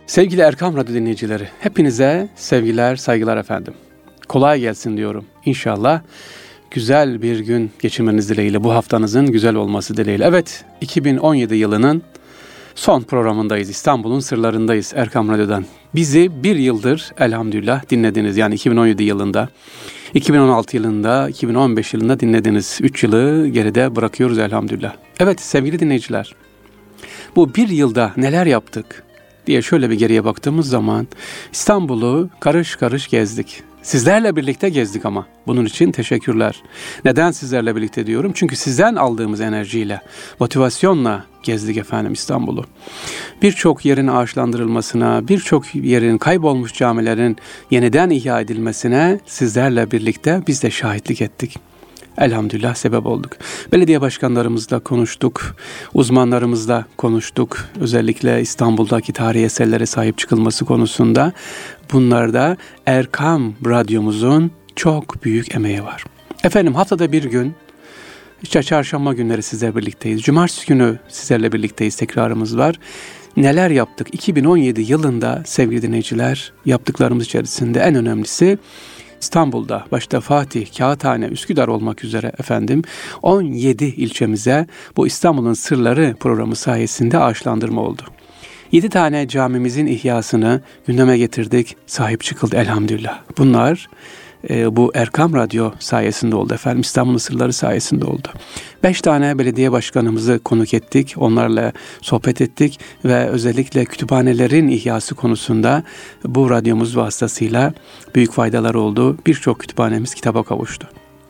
Sevgili Erkam Radyo dinleyicileri, hepinize sevgiler, saygılar efendim. Kolay gelsin diyorum. İnşallah güzel bir gün geçirmeniz dileğiyle, bu haftanızın güzel olması dileğiyle. Evet, 2017 yılının son programındayız. İstanbul'un sırlarındayız Erkam Radyo'dan. Bizi bir yıldır elhamdülillah dinlediniz. Yani 2017 yılında, 2016 yılında, 2015 yılında dinlediniz. 3 yılı geride bırakıyoruz elhamdülillah. Evet sevgili dinleyiciler, bu bir yılda neler yaptık diye şöyle bir geriye baktığımız zaman İstanbul'u karış karış gezdik. Sizlerle birlikte gezdik ama bunun için teşekkürler. Neden sizlerle birlikte diyorum? Çünkü sizden aldığımız enerjiyle, motivasyonla gezdik efendim İstanbul'u. Birçok yerin ağaçlandırılmasına, birçok yerin kaybolmuş camilerin yeniden ihya edilmesine sizlerle birlikte biz de şahitlik ettik. Elhamdülillah sebep olduk. Belediye başkanlarımızla konuştuk, uzmanlarımızla konuştuk. Özellikle İstanbul'daki tarihi eserlere sahip çıkılması konusunda bunlarda Erkam Radyomuzun çok büyük emeği var. Efendim haftada bir gün, işte çarşamba günleri sizlerle birlikteyiz. Cumartesi günü sizlerle birlikteyiz, tekrarımız var. Neler yaptık? 2017 yılında sevgili dinleyiciler, yaptıklarımız içerisinde en önemlisi İstanbul'da başta Fatih, Kağıthane, Üsküdar olmak üzere efendim 17 ilçemize bu İstanbul'un Sırları programı sayesinde ağaçlandırma oldu. 7 tane camimizin ihyasını gündeme getirdik, sahip çıkıldı elhamdülillah. Bunlar bu Erkam Radyo sayesinde oldu efendim, İstanbul'un Sırları sayesinde oldu. 5 tane belediye başkanımızı konuk ettik, onlarla sohbet ettik ve özellikle kütüphanelerin ihyası konusunda bu radyomuz vasıtasıyla büyük faydalar oldu. Birçok kütüphanemiz kitaba kavuştu.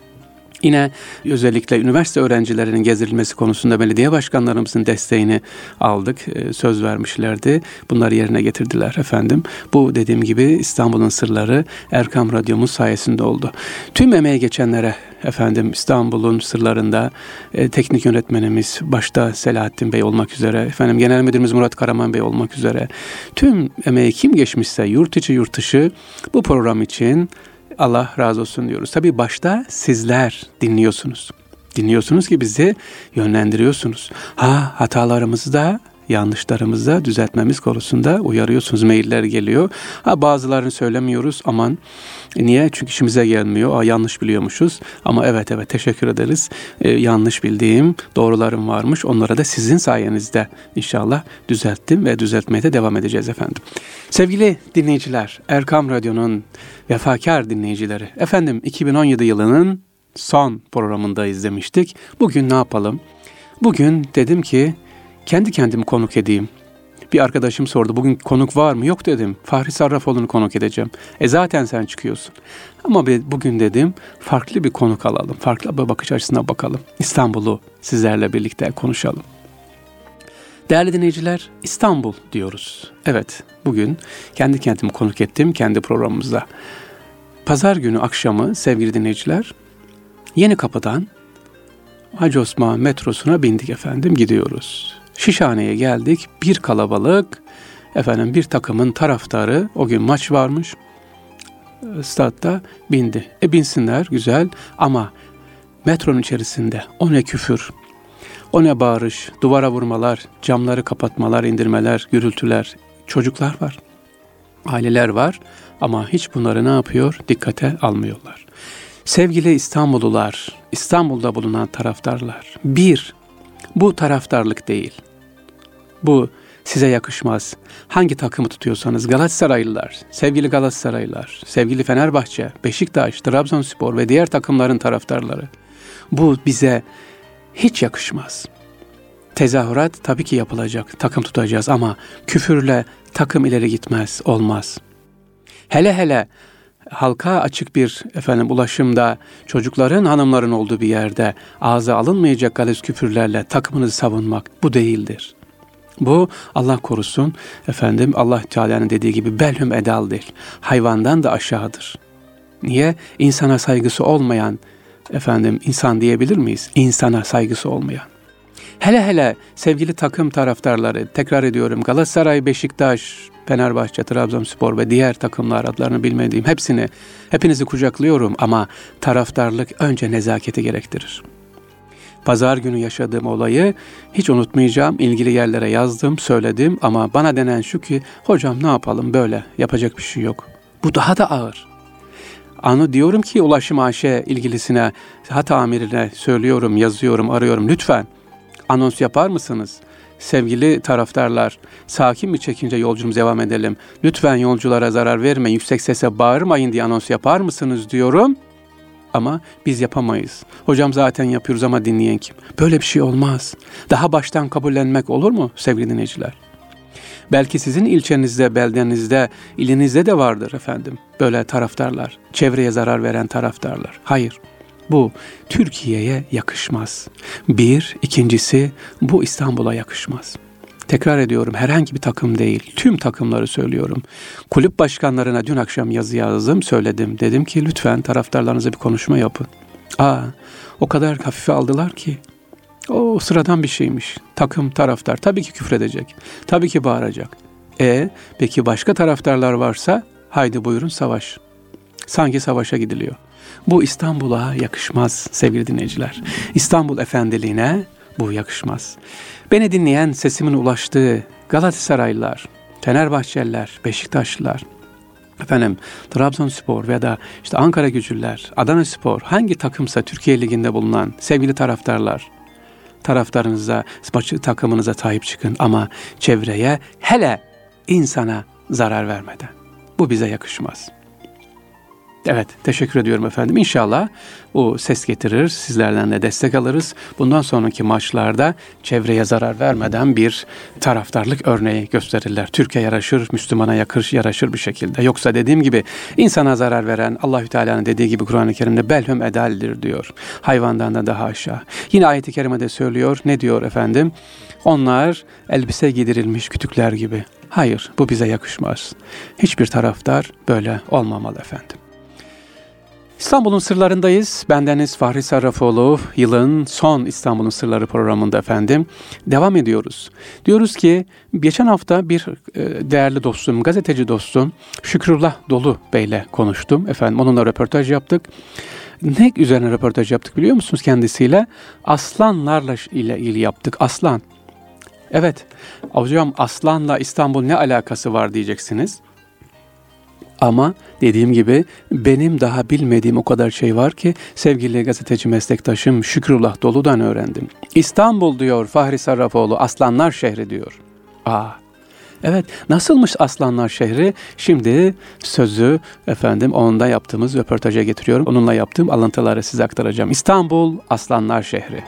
Yine özellikle üniversite öğrencilerinin gezdirilmesi konusunda belediye başkanlarımızın desteğini aldık. Söz vermişlerdi. Bunları yerine getirdiler efendim. Bu dediğim gibi İstanbul'un Sırları Erkam Radyomuz sayesinde oldu. Tüm emeğe geçenlere efendim İstanbul'un Sırlarında teknik yönetmenimiz başta Selahattin Bey olmak üzere, efendim Genel Müdürümüz Murat Karaman Bey olmak üzere tüm emeği kim geçmişse yurt içi yurt dışı bu program için Allah razı olsun diyoruz. Tabii başta sizler dinliyorsunuz. Dinliyorsunuz ki bizi yönlendiriyorsunuz. Hatalarımızı da yanlışlarımızı da düzeltmemiz konusunda uyarıyorsunuz. Mailler geliyor. Bazılarını söylemiyoruz. Aman niye? Çünkü işimize gelmiyor. Yanlış biliyormuşuz. Ama evet teşekkür ederiz. Yanlış bildiğim doğrularım varmış. Onlara da sizin sayenizde inşallah düzelttim ve düzeltmeye de devam edeceğiz efendim. Sevgili dinleyiciler, Erkam Radyo'nun vefakar dinleyicileri, efendim 2017 yılının son programındayız demiştik. Bugün ne yapalım? Bugün dedim ki kendi kendimi konuk edeyim. Bir arkadaşım sordu, bugün konuk var mı? Yok dedim. Fahri Sarrafoğlu'nu konuk edeceğim. Zaten sen çıkıyorsun. Ama bugün dedim farklı bir konuk alalım. Farklı bir bakış açısına bakalım. İstanbul'u sizlerle birlikte konuşalım. Değerli dinleyiciler, İstanbul diyoruz. Evet, bugün kendi kendimi konuk ettim kendi programımızda. Pazar günü akşamı sevgili dinleyiciler, Yenikapı'dan Hacı Osman metrosuna bindik efendim, gidiyoruz. Şişhane'ye geldik, bir kalabalık efendim, bir takımın taraftarı, o gün maç varmış, statta bindi. Binsinler güzel ama metronun içerisinde o ne küfür, o ne bağırış, duvara vurmalar, camları kapatmalar, indirmeler, gürültüler, çocuklar var, aileler var ama hiç bunları ne yapıyor? Dikkate almıyorlar. Sevgili İstanbullular, İstanbul'da bulunan taraftarlar, bu taraftarlık değil. Bu size yakışmaz. Hangi takımı tutuyorsanız, Galatasaraylılar, sevgili Galatasaraylılar, sevgili Fenerbahçe, Beşiktaş, Trabzonspor ve diğer takımların taraftarları, bu bize hiç yakışmaz. Tezahürat tabii ki yapılacak, takım tutacağız ama küfürle takım ileri gitmez, olmaz. Hele halka açık bir ulaşımda, çocukların, hanımların olduğu bir yerde ağza alınmayacak galiz küfürlerle takımınızı savunmak bu değildir. Bu Allah korusun Allah Teala'nın dediği gibi belhum edal değil. Hayvandan da aşağıdır. Niye? İnsana saygısı olmayan insan diyebilir miyiz? İnsana saygısı olmayan. Hele sevgili takım taraftarları, tekrar ediyorum, Galatasaray, Beşiktaş, Fenerbahçe, Trabzonspor ve diğer takımlar, adlarını bilmediğim hepinizi kucaklıyorum ama taraftarlık önce nezaketi gerektirir. Pazar günü yaşadığım olayı hiç unutmayacağım. İlgili yerlere yazdım, söyledim ama bana denen şu ki hocam ne yapalım böyle, yapacak bir şey yok. Bu daha da ağır. Diyorum ki Ulaşım AŞ ilgilisine, hat amirine söylüyorum, yazıyorum, arıyorum. Lütfen anons yapar mısınız? Sevgili taraftarlar, sakin bir çekince yolculuğumuza devam edelim. Lütfen yolculara zarar vermeyin, yüksek sesle bağırmayın diye anons yapar mısınız diyorum. Ama biz yapamayız. Hocam zaten yapıyoruz ama dinleyen kim? Böyle bir şey olmaz. Daha baştan kabullenmek olur mu sevgili dinleyiciler? Belki sizin ilçenizde, beldenizde, ilinizde de vardır efendim böyle taraftarlar. Çevreye zarar veren taraftarlar. Hayır, bu Türkiye'ye yakışmaz. Bir, ikincisi bu İstanbul'a yakışmaz. Tekrar ediyorum, herhangi bir takım değil, tüm takımları söylüyorum. Kulüp başkanlarına dün akşam yazı yazdım, söyledim. Dedim ki lütfen taraftarlarınıza bir konuşma yapın. O kadar hafife aldılar ki. O sıradan bir şeymiş. Takım, taraftar tabii ki küfredecek. Tabii ki bağıracak. Peki başka taraftarlar varsa haydi buyurun savaş. Sanki savaşa gidiliyor. Bu İstanbul'a yakışmaz sevgili dinleyiciler. İstanbul efendiliğine bu yakışmaz. Beni dinleyen, sesimin ulaştığı Galatasaraylılar, Fenerbahçeliler, Beşiktaşlılar, Trabzonspor veya da Ankaragücüler, Adanaspor, hangi takımsa Türkiye Ligi'nde bulunan sevgili taraftarlar, taraftarınıza, takımınıza sahip çıkın ama çevreye, hele insana zarar vermeden. Bu bize yakışmaz. Evet, teşekkür ediyorum efendim. İnşallah o ses getirir, sizlerden de destek alırız. Bundan sonraki maçlarda çevreye zarar vermeden bir taraftarlık örneği gösterirler. Türkiye yaraşır, Müslümana yaraşır bir şekilde. Yoksa dediğim gibi insana zarar veren, Allahü Teala'nın dediği gibi Kur'an-ı Kerim'de belhum edaldir diyor. Hayvandan da daha aşağı. Yine ayet-i kerimede söylüyor. Ne diyor efendim? Onlar elbise giydirilmiş kütükler gibi. Hayır, bu bize yakışmaz. Hiçbir taraftar böyle olmamalı efendim. İstanbul'un sırlarındayız. Bendeniz Fahri Sarrafoğlu. Yılın son İstanbul'un Sırları programında efendim. Devam ediyoruz. Diyoruz ki geçen hafta bir değerli dostum, gazeteci dostum Şükrullah Dolu Bey'le konuştum. Efendim onunla röportaj yaptık. Ne üzerine röportaj yaptık biliyor musunuz kendisiyle? Aslanlarla ilgili yaptık. Aslan. Evet. Hocam aslanla İstanbul ne alakası var diyeceksiniz. Ama dediğim gibi benim daha bilmediğim o kadar şey var ki sevgili gazeteci meslektaşım Şükrullah Dolu'dan öğrendim. İstanbul diyor Fahri Sarrafoğlu, aslanlar şehri diyor. Evet, nasılmış aslanlar şehri? Şimdi sözü efendim onunla yaptığımız röportaja getiriyorum. Onunla yaptığım alıntıları size aktaracağım. İstanbul aslanlar şehri.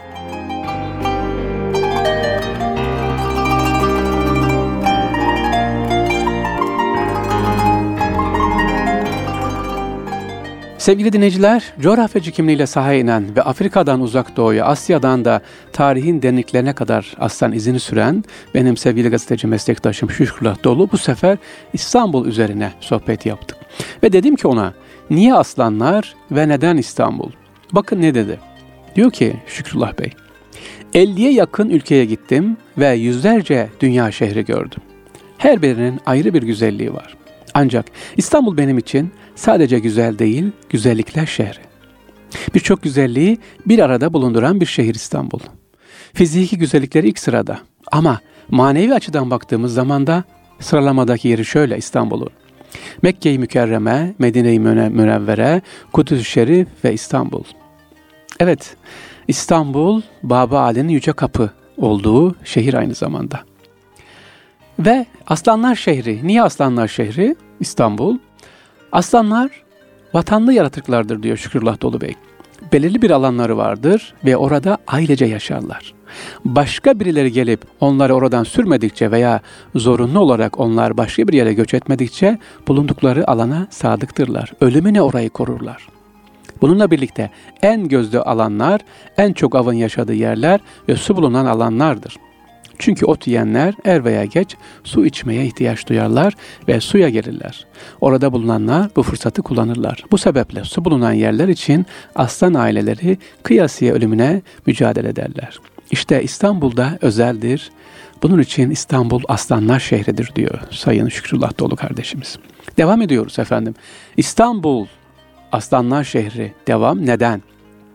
Sevgili dinleyiciler, coğrafyacı kimliğiyle sahaya inen ve Afrika'dan uzak doğuya, Asya'dan da tarihin derinliklerine kadar aslan izini süren benim sevgili gazeteci meslektaşım Şükrullah Dolu bu sefer İstanbul üzerine sohbet yaptık. Ve dedim ki ona, niye aslanlar ve neden İstanbul? Bakın ne dedi. Diyor ki Şükrullah Bey, 50'ye yakın ülkeye gittim ve yüzlerce dünya şehri gördüm. Her birinin ayrı bir güzelliği var. Ancak İstanbul benim için sadece güzel değil, güzellikler şehri. Birçok güzelliği bir arada bulunduran bir şehir İstanbul. Fiziki güzellikleri ilk sırada ama manevi açıdan baktığımız zaman da sıralamadaki yeri şöyle İstanbul'un. Mekke-i Mükerreme, Medine-i Münevvere, Kudüs-ü Şerif ve İstanbul. Evet, İstanbul, Bab-ı Ali'nin yüce kapı olduğu şehir aynı zamanda. Ve aslanlar şehri. Niye aslanlar şehri? İstanbul. Aslanlar vatanlı yaratıklardır diyor Şükrullah Dolu Bey. Belirli bir alanları vardır ve orada ailece yaşarlar. Başka birileri gelip onları oradan sürmedikçe veya zorunlu olarak onlar başka bir yere göç etmedikçe bulundukları alana sadıktırlar. Ölümüne orayı korurlar. Bununla birlikte en gözde alanlar, en çok avın yaşadığı yerler ve su bulunan alanlardır. Çünkü ot yiyenler er veya geç su içmeye ihtiyaç duyarlar ve suya gelirler. Orada bulunanlar bu fırsatı kullanırlar. Bu sebeple su bulunan yerler için aslan aileleri kıyasıya ölümüne mücadele ederler. İşte İstanbul'da özeldir. Bunun için İstanbul aslanlar şehridir diyor Sayın Şükrullah Dolu kardeşimiz. Devam ediyoruz efendim. İstanbul aslanlar şehri. Devam. Neden?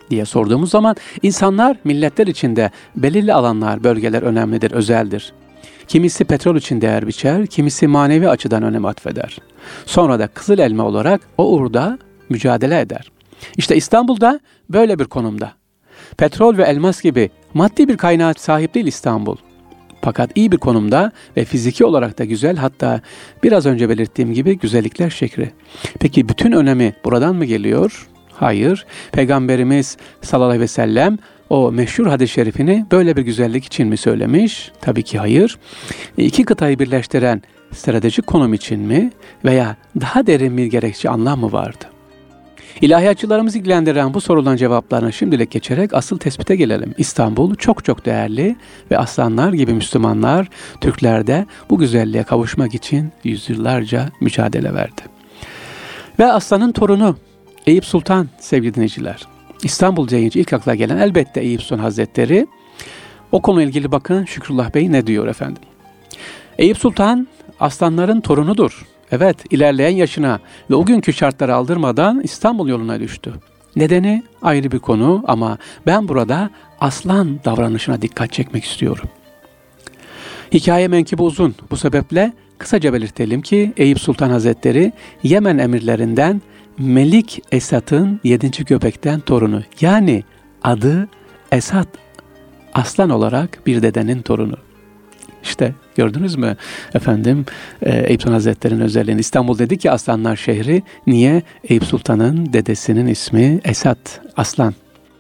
diye sorduğumuz zaman insanlar, milletler içinde belirli alanlar, bölgeler önemlidir, özeldir. Kimisi petrol için değer biçer, kimisi manevi açıdan önem atfeder. Sonra da kızıl elma olarak o uğurda mücadele eder. İşte İstanbul'da böyle bir konumda. Petrol ve elmas gibi maddi bir kaynağa sahip değil İstanbul. Fakat iyi bir konumda ve fiziki olarak da güzel, hatta biraz önce belirttiğim gibi güzellikler şehri. Peki bütün önemi buradan mı geliyor? Hayır. Peygamberimiz sallallahu aleyhi ve sellem o meşhur hadis-i şerifini böyle bir güzellik için mi söylemiş? Tabii ki hayır. İki kıtayı birleştiren stratejik konum için mi veya daha derin bir gerekçe anlam mı vardı? İlahiyatçılarımızı ilgilendiren bu sorulan cevaplarına şimdilik geçerek asıl tespite gelelim. İstanbul çok çok değerli ve aslanlar gibi Müslümanlar, Türkler de bu güzelliğe kavuşmak için yüzyıllarca mücadele verdi. Ve aslanın torunu Eyüp Sultan sevgili dinleyiciler. İstanbul deyince ilk akla gelen elbette Eyüp Sultan Hazretleri. O konuyla ilgili bakın Şükrullah Bey ne diyor efendim. Eyüp Sultan aslanların torunudur. Evet, ilerleyen yaşına ve o günkü şartları aldırmadan İstanbul yoluna düştü. Nedeni ayrı bir konu ama ben burada aslan davranışına dikkat çekmek istiyorum. Hikaye menkıbı uzun. Bu sebeple kısaca belirtelim ki Eyüp Sultan Hazretleri Yemen emirlerinden Melik Esat'ın 7. köpekten torunu. Yani adı Esat, aslan olarak bir dedenin torunu. İşte gördünüz mü efendim Eyüp Sultan Hazretleri'nin özelliğini. İstanbul dedik ki aslanlar şehri. Niye? Eyüp Sultan'ın dedesinin ismi Esat, aslan.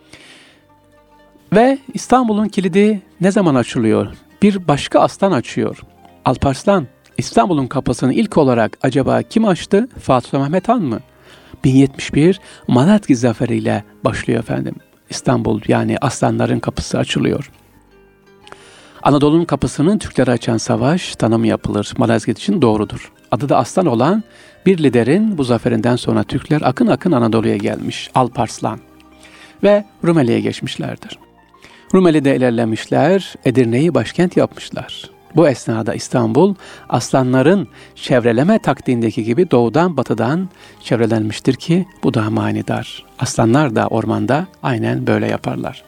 Ve İstanbul'un kilidi ne zaman açılıyor? Bir başka aslan açıyor. Alparslan. İstanbul'un kapısını ilk olarak acaba kim açtı? Fatih Sultan Mehmet Han mı? 1071 Malazgirt zaferiyle başlıyor efendim. İstanbul yani aslanların kapısı açılıyor. Anadolu'nun kapısını Türklere açan savaş tanımı yapılır. Malazgirt için doğrudur. Adı da aslan olan bir liderin bu zaferinden sonra Türkler akın akın Anadolu'ya gelmiş. Alparslan. Ve Rumeli'ye geçmişlerdir. Rumeli'de ilerlemişler, Edirne'yi başkent yapmışlar. Bu esnada İstanbul, aslanların çevreleme taktiğindeki gibi doğudan batıdan çevrelenmiştir ki bu da manidar. Aslanlar da ormanda aynen böyle yaparlar.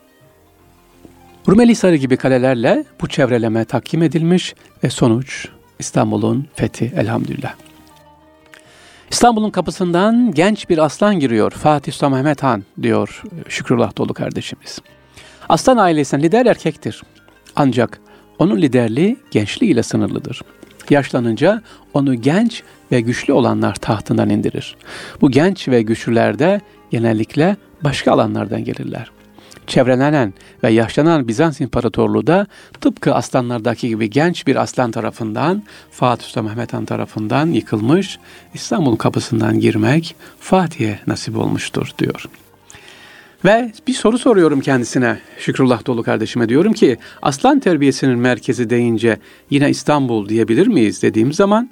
Rumeli Hisarı gibi kalelerle bu çevreleme tahkim edilmiş ve sonuç İstanbul'un fethi elhamdülillah. İstanbul'un kapısından genç bir aslan giriyor. Fatih Sultan Mehmet Han diyor Şükrullah Dolu kardeşimiz. Aslan ailesinden lider erkektir. Ancak onun liderliği gençliğiyle sınırlıdır. Yaşlanınca onu genç ve güçlü olanlar tahtından indirir. Bu genç ve güçlüler de genellikle başka alanlardan gelirler. Çevrelenen ve yaşlanan Bizans İmparatorluğu da tıpkı aslanlardaki gibi genç bir aslan tarafından, Fatih Sultan Mehmet Han tarafından yıkılmış, İstanbul kapısından girmek Fatih'e nasip olmuştur diyor. Ve bir soru soruyorum kendisine, Şükrullah Dolu kardeşime, diyorum ki aslan terbiyesinin merkezi deyince yine İstanbul diyebilir miyiz dediğim zaman,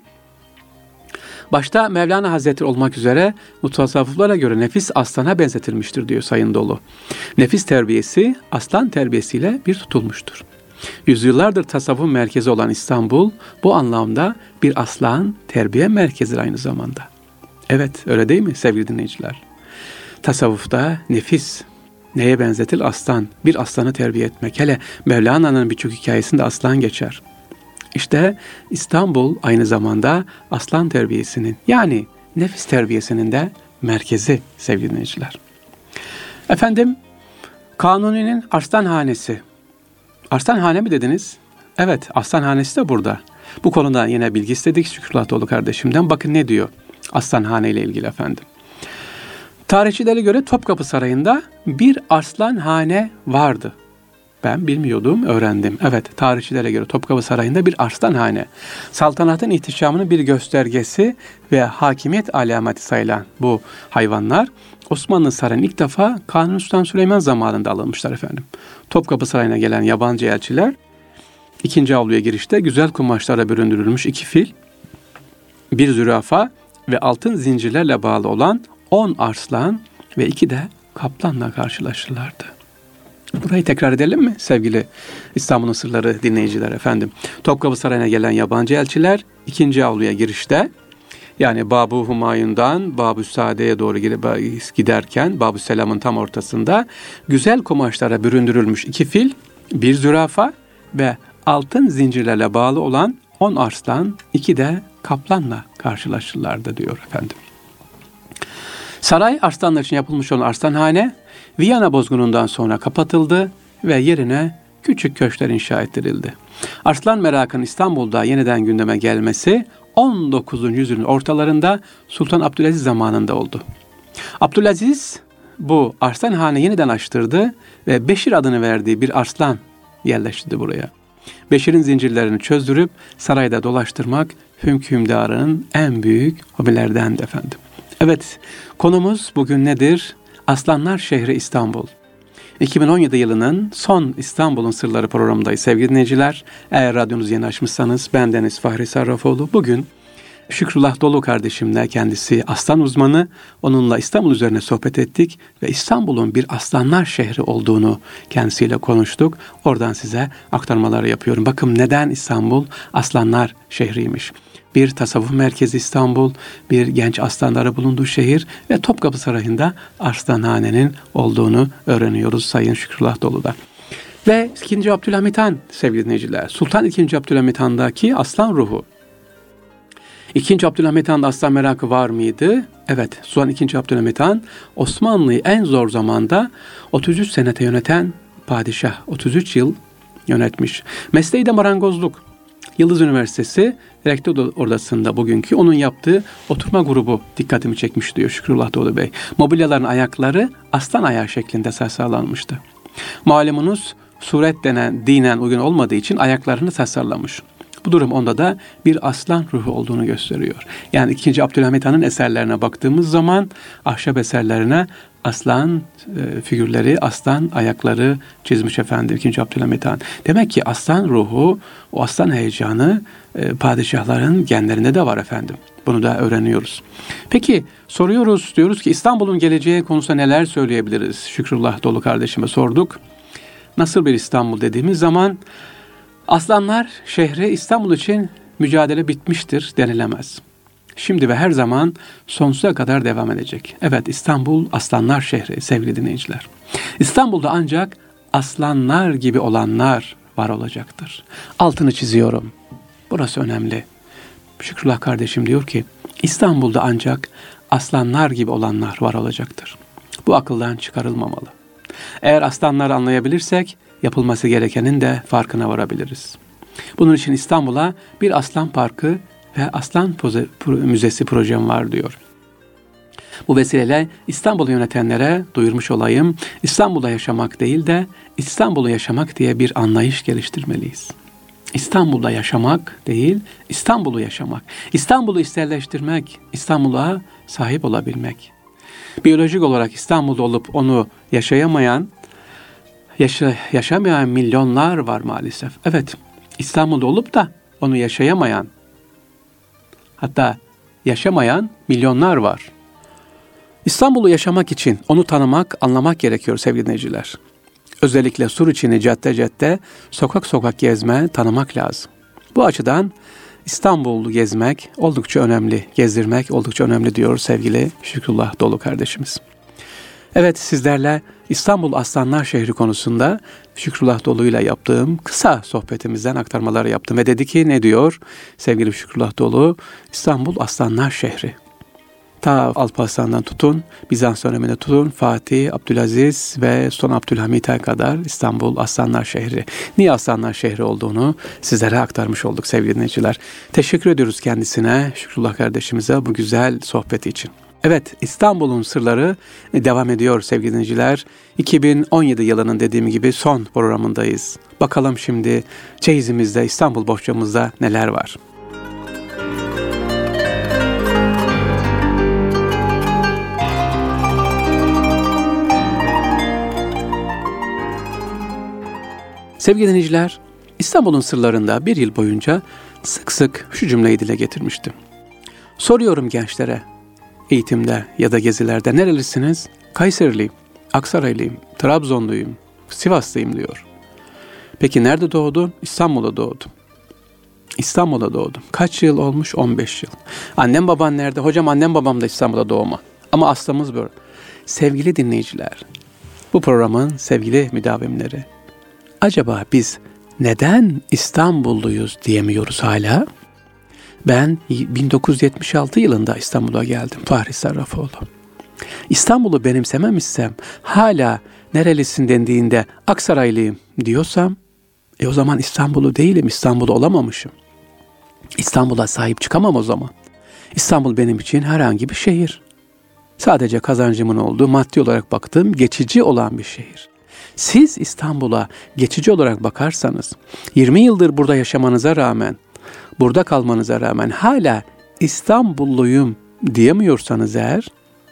başta Mevlana Hazretleri olmak üzere mutasavvıflara göre nefis aslana benzetilmiştir diyor Sayın Dolu. Nefis terbiyesi aslan terbiyesiyle bir tutulmuştur. Yüzyıllardır tasavvufun merkezi olan İstanbul bu anlamda bir aslan terbiye merkezidir aynı zamanda. Evet, öyle değil mi sevgili dinleyiciler? Tasavvufta nefis neye benzetil? Aslan. Bir aslanı terbiye etmek. Hele Mevlana'nın birçok hikayesinde aslan geçer. İşte İstanbul aynı zamanda aslan terbiyesinin yani nefis terbiyesinin de merkezi sevgili dinleyiciler. Efendim Kanuni'nin Arslanhanesi. Arslanhane mi dediniz? Evet, Arslanhanesi de burada. Bu konuda yine bilgi istedik Şükrullah Dolu kardeşimden. Bakın ne diyor Arslanhane ile ilgili efendim. Tarihçilere göre Topkapı Sarayı'nda bir arslanhane vardı. Ben bilmiyordum, öğrendim. Evet, tarihçilere göre Topkapı Sarayı'nda bir arslanhane. Saltanatın ihtişamının bir göstergesi ve hakimiyet alameti sayılan bu hayvanlar Osmanlı Sarayı'nın ilk defa Kanuni Sultan Süleyman zamanında alınmışlar efendim. Topkapı Sarayı'na gelen yabancı elçiler ikinci avluya girişte güzel kumaşlara büründürülmüş 2 fil, bir zürafa ve altın zincirlerle bağlı olan 10 arslan ve 2 de kaplanla karşılaşırlardı. Burayı tekrar edelim mi sevgili İstanbul'un Sırları dinleyiciler efendim? Topkapı Sarayı'na gelen yabancı elçiler ikinci avluya girişte Yani Bab-ı Humayun'dan Bab-ı Saade'ye doğru giderken Bab-ı Selam'ın tam ortasında güzel kumaşlara büründürülmüş 2 fil, 1 zürafa ve altın zincirlerle bağlı olan 10 arslan, 2 de kaplanla karşılaşırlardı diyor efendim. Saray arslanlar için yapılmış olan arslanhane Viyana bozgunundan sonra kapatıldı ve yerine küçük köşkler inşa ettirildi. Arslan merakının İstanbul'da yeniden gündeme gelmesi 19. yüzyılın ortalarında Sultan Abdülaziz zamanında oldu. Abdülaziz bu arslanhane yeniden açtırdı ve Beşir adını verdiği bir arslan yerleştirdi buraya. Beşir'in zincirlerini çözdürüp sarayda dolaştırmak hükümdarının en büyük hobilerinden efendim. Evet, konumuz bugün nedir? Aslanlar şehri İstanbul. 2017 yılının son İstanbul'un Sırları programındayız sevgili dinleyiciler. Eğer radyonuzu yeni açmışsanız bendeniz Fahri Sarrafoğlu. Bugün Şükrullah Dolu kardeşimle, kendisi aslan uzmanı, onunla İstanbul üzerine sohbet ettik ve İstanbul'un bir aslanlar şehri olduğunu kendisiyle konuştuk. Oradan size aktarmaları yapıyorum. Bakın neden İstanbul aslanlar şehriymiş. Bir tasavvuf merkezi İstanbul, bir genç aslanları bulunduğu şehir ve Topkapı Sarayı'nda Arslanhane'nin olduğunu öğreniyoruz Sayın Şükrullah Dolu'da. Ve 2. Abdülhamit Han sevgili dinleyiciler, Sultan 2. Abdülhamit Han'daki aslan ruhu. 2. Abdülhamit Han'da aslan merakı var mıydı? Evet, Sultan 2. Abdülhamit Han Osmanlı'yı en zor zamanda 33 senete yöneten padişah, 33 yıl yönetmiş. Mesleği de marangozluk. Yıldız Üniversitesi rektör odasında bugünkü onun yaptığı oturma grubu dikkatimi çekmiş diyor Şükrullah Dolu Bey. Mobilyaların ayakları aslan ayağı şeklinde tasarlanmıştı. Malumunuz suret dinen uygun olmadığı için ayaklarını tasarlamış. Bu durum onda da bir aslan ruhu olduğunu gösteriyor. Yani 2. Abdülhamit Han'ın eserlerine baktığımız zaman ahşap eserlerine aslan figürleri, aslan ayakları çizmiş efendim 2. Abdülhamit Han. Demek ki aslan ruhu, o aslan heyecanı padişahların genlerinde de var efendim. Bunu da öğreniyoruz. Peki soruyoruz, diyoruz ki İstanbul'un geleceği konusunda neler söyleyebiliriz? Şükrullah Dolu kardeşime sorduk. Nasıl bir İstanbul dediğimiz zaman aslanlar şehri İstanbul için mücadele bitmiştir denilemez. Şimdi ve her zaman sonsuza kadar devam edecek. Evet, İstanbul aslanlar şehri sevgili dinleyiciler. İstanbul'da ancak aslanlar gibi olanlar var olacaktır. Altını çiziyorum. Burası önemli. Şükrullah kardeşim diyor ki İstanbul'da ancak aslanlar gibi olanlar var olacaktır. Bu akıldan çıkarılmamalı. Eğer aslanları anlayabilirsek yapılması gerekenin de farkına varabiliriz. Bunun için İstanbul'a bir aslan parkı ve aslan müzesi projem var diyor. Bu vesileyle İstanbul'u yönetenlere duyurmuş olayım. İstanbul'da yaşamak değil de İstanbul'u yaşamak diye bir anlayış geliştirmeliyiz. İstanbul'da yaşamak değil, İstanbul'u yaşamak. İstanbul'u isterleştirmek, İstanbul'a sahip olabilmek. Biyolojik olarak İstanbul'da olup onu yaşamayan milyonlar var maalesef. Evet, İstanbul'da olup da onu yaşayamayan, hatta yaşamayan milyonlar var. İstanbul'u yaşamak için onu tanımak, anlamak gerekiyor sevgili dinleyiciler. Özellikle sur içini cadde, sokak sokak gezme, tanımak lazım. Bu açıdan İstanbul'u gezmek oldukça önemli, gezdirmek oldukça önemli diyor sevgili Şükrullah Dolu kardeşimiz. Evet, sizlerle İstanbul Aslanlar Şehri konusunda Şükrullah Dolu'yla yaptığım kısa sohbetimizden aktarmalar yaptım. Ve dedi ki ne diyor sevgili Şükrullah Dolu? İstanbul Aslanlar Şehri. Ta Alparslan'dan tutun, Bizans döneminde tutun, Fatih, Abdülaziz ve son Abdülhamit'e kadar İstanbul Aslanlar Şehri. Niye Aslanlar Şehri olduğunu sizlere aktarmış olduk sevgili dinleyiciler. Teşekkür ediyoruz kendisine, Şükrullah kardeşimize bu güzel sohbeti için. Evet, İstanbul'un Sırları devam ediyor sevgili dinleyiciler. 2017 yılının dediğim gibi son programındayız. Bakalım şimdi çeyizimizde, İstanbul bohçamızda neler var? Sevgili dinleyiciler, İstanbul'un Sırlarında bir yıl boyunca sık sık şu cümleyi dile getirmiştim. Soruyorum gençlere, eğitimde ya da gezilerde nerelisiniz? Kayseriliyim, Aksaraylıyım, Trabzonluyum, Sivaslıyım diyor. Peki nerede doğdu? İstanbul'da doğdu. İstanbul'da doğdum. Kaç yıl olmuş? 15 yıl. Annem baban nerede? Hocam annem babam da İstanbul'da doğma. Ama aslımız böyle. Sevgili dinleyiciler, bu programın sevgili müdavimleri, acaba biz neden İstanbulluyuz diyemiyoruz hala? Ben 1976 yılında İstanbul'a geldim, Fahri Sarrafoğlu. İstanbul'u benimsememişsem, hala nerelisin dendiğinde Aksaraylıyım diyorsam, o zaman İstanbul'u değilim, İstanbul'u olamamışım. İstanbul'a sahip çıkamam o zaman. İstanbul benim için herhangi bir şehir. Sadece kazancımın olduğu, maddi olarak baktığım, geçici olan bir şehir. Siz İstanbul'a geçici olarak bakarsanız, 20 yıldır burada yaşamanıza rağmen, burada kalmanıza rağmen hala İstanbulluyum diyemiyorsanız eğer,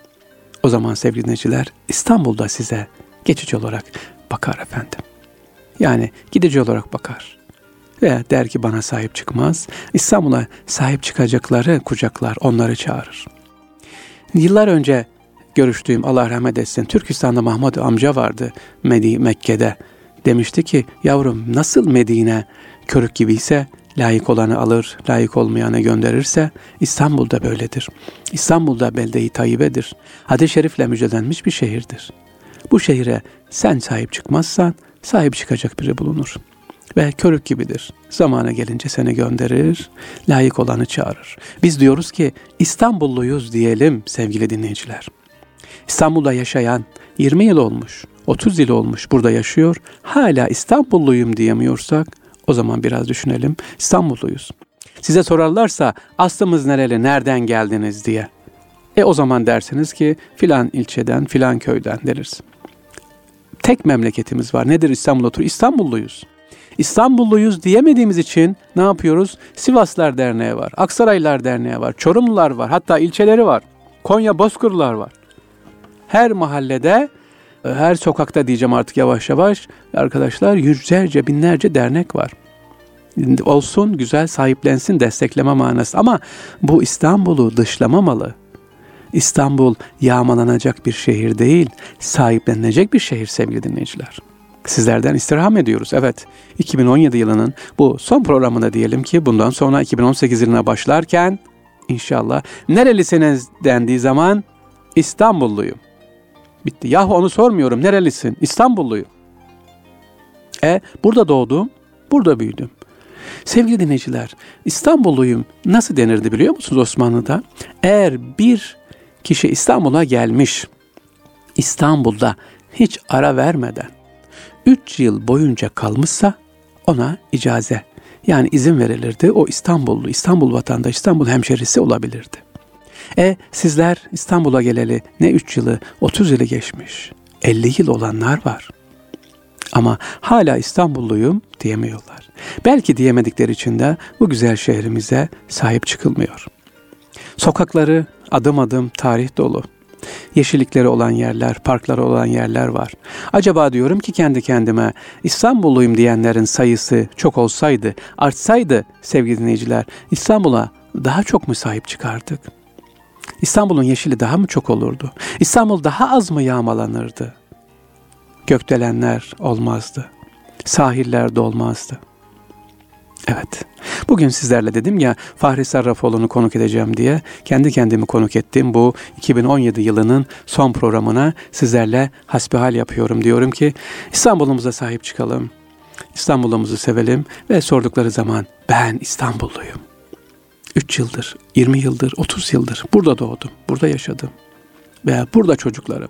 o zaman sevgili dinleyiciler, İstanbul'da size geçici olarak bakar efendim. Yani gidici olarak bakar. Veya der ki bana sahip çıkmaz. İstanbul'a sahip çıkacakları kucaklar, onları çağırır. Yıllar önce görüştüğüm, Allah rahmet etsin, Türkistan'da Mahmud amca vardı Mekke'de. Demişti ki yavrum, nasıl Medine körük gibiyse layık olanı alır, layık olmayanı gönderirse İstanbul'da böyledir. İstanbul'da belde-i tayyibedir. Hadis-i şerifle müjdelenmiş bir şehirdir. Bu şehire sen sahip çıkmazsan sahip çıkacak biri bulunur. Ve körük gibidir. Zamanı gelince seni gönderir, layık olanı çağırır. Biz diyoruz ki İstanbulluyuz diyelim sevgili dinleyiciler. İstanbul'da yaşayan 20 yıl olmuş, 30 yıl olmuş burada yaşıyor. Hala İstanbulluyum diyemiyorsak o zaman biraz düşünelim. İstanbulluyuz. Size sorarlarsa aslımız nereli, nereden geldiniz diye. O zaman dersiniz ki filan ilçeden, filan köyden deriz. Tek memleketimiz var. Nedir İstanbul'da otur? İstanbulluyuz. İstanbulluyuz diyemediğimiz için ne yapıyoruz? Sivaslar Derneği var, Aksaraylar Derneği var, Çorumlular var, hatta ilçeleri var. Konya Bozkırlar var. Her mahallede, her sokakta diyeceğim artık yavaş yavaş arkadaşlar, yüzlerce, binlerce dernek var. Olsun, güzel, sahiplensin, destekleme manası. Ama bu İstanbul'u dışlamamalı. İstanbul yağmalanacak bir şehir değil, sahiplenilecek bir şehir sevgili dinleyiciler. Sizlerden istirham ediyoruz. Evet, 2017 yılının bu son programında diyelim ki bundan sonra 2018 yılına başlarken inşallah nerelisiniz dendiği zaman İstanbulluyum. Bitti. Yahu onu sormuyorum. Nerelisin? İstanbulluyum. Burada doğdum, burada büyüdüm. Sevgili dinleyiciler, İstanbulluyum nasıl denirdi biliyor musunuz Osmanlı'da? Eğer bir kişi İstanbul'a gelmiş, İstanbul'da hiç ara vermeden 3 yıl boyunca kalmışsa ona icaze, yani izin verilirdi. O İstanbullu, İstanbul vatandaşı, İstanbul hemşerisi olabilirdi. Sizler İstanbul'a geleli ne 3 yılı, 30 yılı geçmiş, 50 yıl olanlar var. Ama hala İstanbulluyum diyemiyorlar. Belki diyemedikleri için de bu güzel şehrimize sahip çıkılmıyor. Sokakları adım adım tarih dolu. Yeşillikleri olan yerler, parkları olan yerler var. Acaba diyorum ki kendi kendime, İstanbulluyum diyenlerin sayısı çok olsaydı, artsaydı sevgili dinleyiciler, İstanbul'a daha çok mu sahip çıkardık? İstanbul'un yeşili daha mı çok olurdu? İstanbul daha az mı yağmalanırdı? Gökdelenler olmazdı. Sahiller dolmazdı. Evet. Bugün sizlerle dedim ya, Fahri Sarrafoğlu'nu konuk edeceğim diye kendi kendimi konuk ettim. Bu 2017 yılının son programına sizlerle hasbihal yapıyorum. Diyorum ki İstanbul'umuza sahip çıkalım. İstanbul'umuzu sevelim ve sordukları zaman ben İstanbulluyum. 3 yıldır, 20 yıldır, 30 yıldır burada doğdum, burada yaşadım veya burada çocuklarım.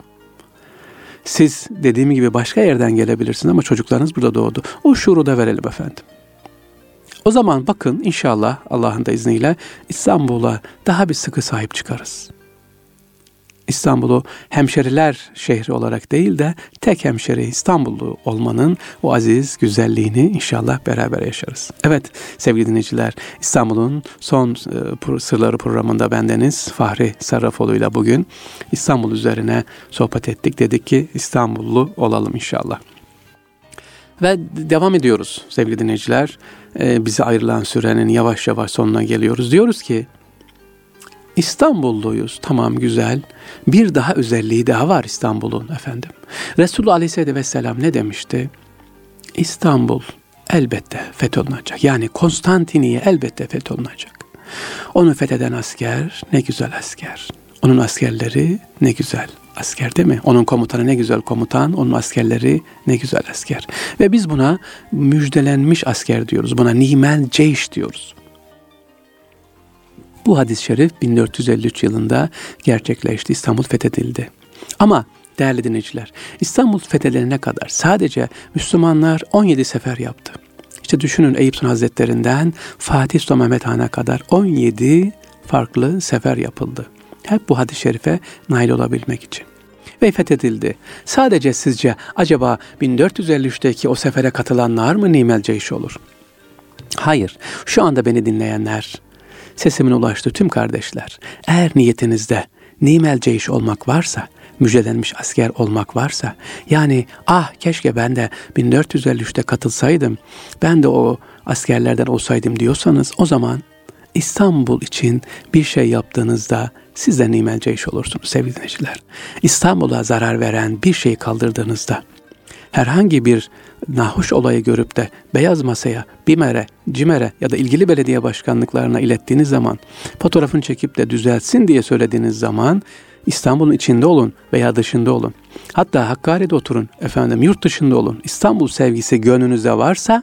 Siz dediğim gibi başka yerden gelebilirsiniz ama çocuklarınız burada doğdu. O şuuru da verelim efendim. O zaman bakın inşallah Allah'ın da izniyle İstanbul'a daha bir sıkı sahip çıkarız. İstanbul'u hemşeriler şehri olarak değil de tek hemşeri İstanbullu olmanın o aziz güzelliğini inşallah beraber yaşarız. Evet sevgili dinleyiciler, İstanbul'un son sırları programında bendeniz Fahri Sarrafoğlu ile bugün İstanbul üzerine sohbet ettik. Dedik ki İstanbullu olalım inşallah. Ve devam ediyoruz sevgili dinleyiciler. Bize ayrılan sürenin yavaş yavaş sonuna geliyoruz. Diyoruz ki İstanbulluyuz. Tamam, güzel. Bir daha özelliği daha var İstanbul'un efendim. Resulullah Aleyhisselatü Vesselam ne demişti? İstanbul elbette fetholunacak. Yani Konstantiniye elbette fetholunacak. Onu fetheden asker ne güzel asker. Onun askerleri ne güzel asker değil mi? Onun komutanı ne güzel komutan, onun askerleri ne güzel asker. Ve biz buna müjdelenmiş asker diyoruz. Buna nimel ceyş diyoruz. Bu hadis-i şerif 1453 yılında gerçekleşti. İstanbul fethedildi. Ama değerli dinleyiciler, İstanbul fethedilene kadar sadece Müslümanlar 17 sefer yaptı. İşte düşünün, Eyüp Sultan Hazretlerinden Fatih Sultan Mehmet Han'a kadar 17 farklı sefer yapıldı. Hep bu hadis-i şerife nail olabilmek için. Ve fethedildi. Sadece sizce acaba 1453'teki o sefere katılanlar mı nimel ceyş olur? Hayır. Şu anda beni dinleyenler, sesimin ulaştığı tüm kardeşler, eğer niyetinizde nimel ceyş olmak varsa, müjdelenmiş asker olmak varsa, yani keşke ben de 1453'te katılsaydım, ben de o askerlerden olsaydım diyorsanız, o zaman İstanbul için bir şey yaptığınızda siz de nimel ceyş olursunuz sevgili dinleyiciler. İstanbul'a zarar veren bir şeyi kaldırdığınızda, herhangi bir nahoş olayı görüp de beyaz masaya, BİMER'e, CİMER'e ya da ilgili belediye başkanlıklarına ilettiğiniz zaman, fotoğrafını çekip de düzeltsin diye söylediğiniz zaman, İstanbul'un içinde olun veya dışında olun. Hatta Hakkari'de oturun, yurt dışında olun. İstanbul sevgisi gönlünüzde varsa,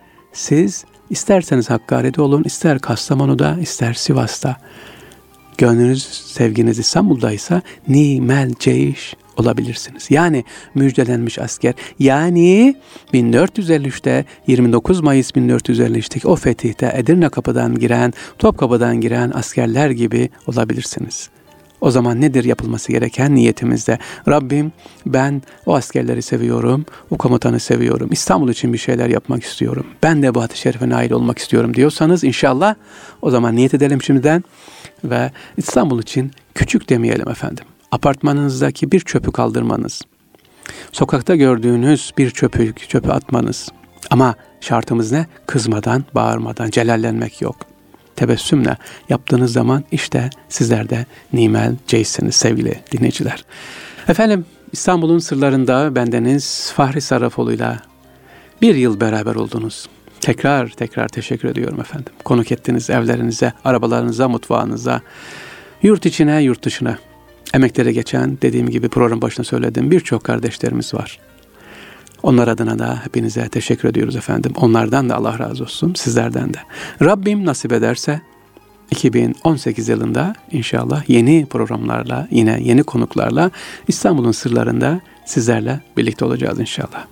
siz isterseniz Hakkari'de olun, ister Kastamonu'da, ister Sivas'ta. Gönlünüz, sevginiz İstanbul'daysa nimel ceyş olabilirsiniz. Yani müjdelenmiş asker. Yani 1453'te 29 Mayıs 1453'teki o fetihte Edirne kapıdan giren, Topkapı'dan giren askerler gibi olabilirsiniz. O zaman nedir yapılması gereken niyetimizde? Rabbim, ben o askerleri seviyorum, o komutanı seviyorum. İstanbul için bir şeyler yapmak istiyorum. Ben de bu hadis-i şerife nail olmak istiyorum diyorsanız inşallah o zaman niyet edelim şimdiden. Ve İstanbul için küçük demeyelim efendim. Apartmanınızdaki bir çöpü kaldırmanız, sokakta gördüğünüz bir çöpü atmanız. Ama şartımız ne? Kızmadan, bağırmadan, celallenmek yok. Tebessümle yaptığınız zaman işte sizler de nimel ceyşsiniz sevgili dinleyiciler. Efendim, İstanbul'un sırlarında bendeniz Fahri Sarrafoğlu'yla bir yıl beraber oldunuz. Tekrar teşekkür ediyorum efendim. Konuk ettiniz evlerinize, arabalarınıza, mutfağınıza, yurt içine, yurt dışına. Emeklere geçen, dediğim gibi program başında söylediğim birçok kardeşlerimiz var. Onlar adına da hepinize teşekkür ediyoruz efendim. Onlardan da Allah razı olsun, sizlerden de. Rabbim nasip ederse 2018 yılında inşallah yeni programlarla, yine yeni konuklarla İstanbul'un sırlarında sizlerle birlikte olacağız inşallah.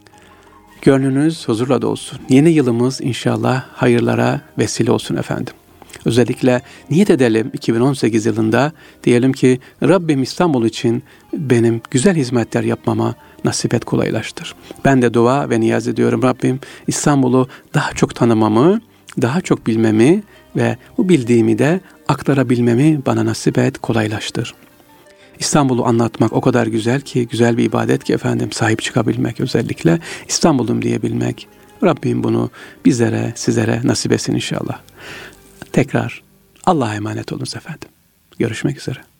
Gönlünüz huzurla dolsun. Yeni yılımız inşallah hayırlara vesile olsun efendim. Özellikle niyet edelim 2018 yılında, diyelim ki Rabbim İstanbul için benim güzel hizmetler yapmama nasip et, kolaylaştır. Ben de dua ve niyaz ediyorum, Rabbim İstanbul'u daha çok tanımamı, daha çok bilmemi ve bu bildiğimi de aktarabilmemi bana nasip et, kolaylaştır. İstanbul'u anlatmak o kadar güzel ki, güzel bir ibadet ki efendim, sahip çıkabilmek, özellikle İstanbul'um diyebilmek. Rabbim bunu bizlere, sizlere nasip etsin inşallah. Tekrar Allah'a emanet olunuz efendim. Görüşmek üzere.